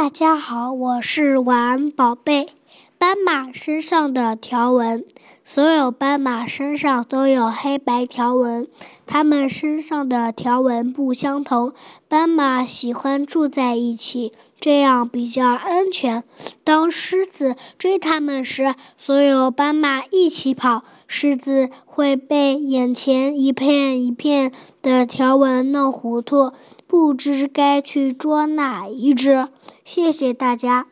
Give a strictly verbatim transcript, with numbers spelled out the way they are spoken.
大家好，我是晚安宝贝。斑马身上的条纹，所有斑马身上都有黑白条纹，它们身上的条纹不相同。斑马喜欢住在一起，这样比较安全。当狮子追它们时，所有斑马一起跑，狮子会被眼前一片一片的条纹弄糊涂，不知该去捉哪一只。谢谢大家。